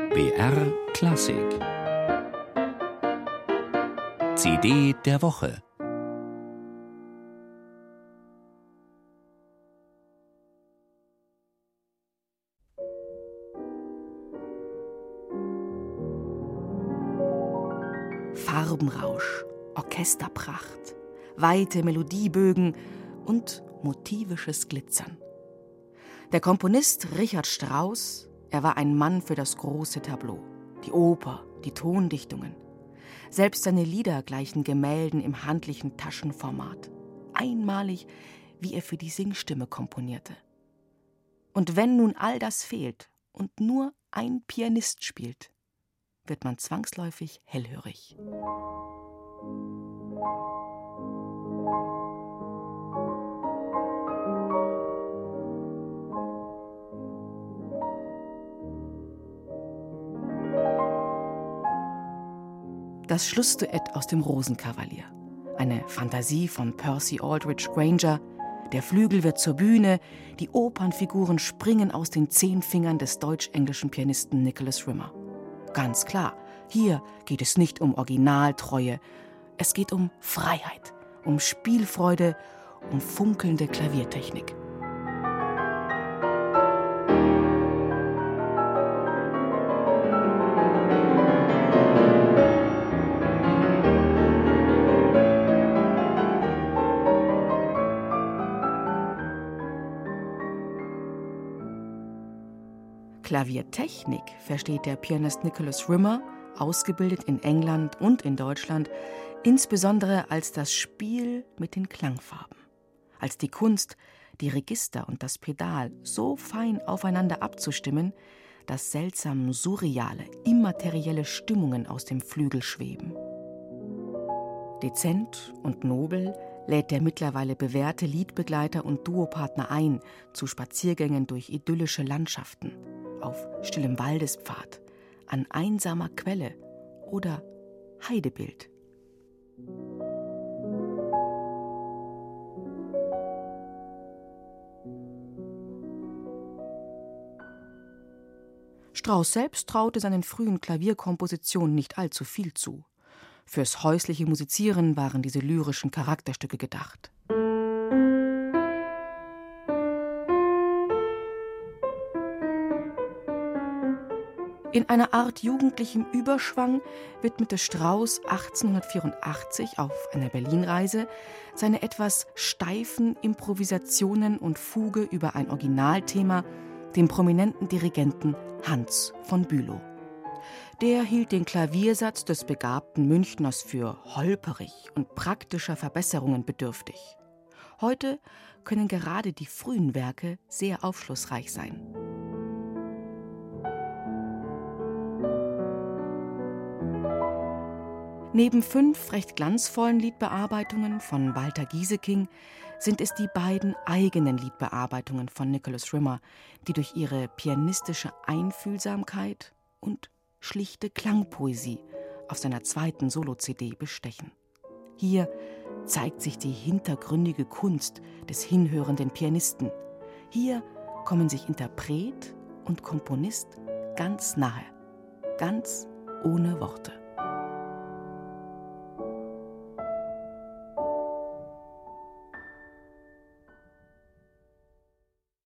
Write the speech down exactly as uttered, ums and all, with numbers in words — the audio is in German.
B R Klassik C D der Woche. Farbenrausch, Orchesterpracht, weite Melodiebögen und motivisches Glitzern. Der Komponist Richard Strauss, er war ein Mann für das große Tableau, die Oper, die Tondichtungen. Selbst seine Lieder gleichen Gemälden im handlichen Taschenformat. Einmalig, wie er für die Singstimme komponierte. Und wenn nun all das fehlt und nur ein Pianist spielt, wird man zwangsläufig hellhörig. Das Schlussduett aus dem Rosenkavalier. Eine Fantasie von Percy Aldridge Granger. Der Flügel wird zur Bühne, die Opernfiguren springen aus den zehn Fingern des deutsch-englischen Pianisten Nicholas Rimmer. Ganz klar, hier geht es nicht um Originaltreue. Es geht um Freiheit, um Spielfreude, um funkelnde Klaviertechnik. Klaviertechnik versteht der Pianist Nicholas Rimmer, ausgebildet in England und in Deutschland, insbesondere als das Spiel mit den Klangfarben. Als die Kunst, die Register und das Pedal so fein aufeinander abzustimmen, dass seltsam surreale, immaterielle Stimmungen aus dem Flügel schweben. Dezent und nobel lädt der mittlerweile bewährte Liedbegleiter und Duopartner ein zu Spaziergängen durch idyllische Landschaften, auf stillem Waldespfad, an einsamer Quelle oder Heidebild. Strauss selbst traute seinen frühen Klavierkompositionen nicht allzu viel zu. Fürs häusliche Musizieren waren diese lyrischen Charakterstücke gedacht. In einer Art jugendlichem Überschwang widmete Strauss achtzehnhundertvierundachtzig auf einer Berlinreise seine etwas steifen Improvisationen und Fuge über ein Originalthema dem prominenten Dirigenten Hans von Bülow. Der hielt den Klaviersatz des begabten Münchners für holperig und praktischer Verbesserungen bedürftig. Heute können gerade die frühen Werke sehr aufschlussreich sein. Neben fünf recht glanzvollen Liedbearbeitungen von Walter Gieseking sind es die beiden eigenen Liedbearbeitungen von Nicholas Rimmer, die durch ihre pianistische Einfühlsamkeit und schlichte Klangpoesie auf seiner zweiten Solo-C D bestechen. Hier zeigt sich die hintergründige Kunst des hinhörenden Pianisten. Hier kommen sich Interpret und Komponist ganz nahe, ganz ohne Worte.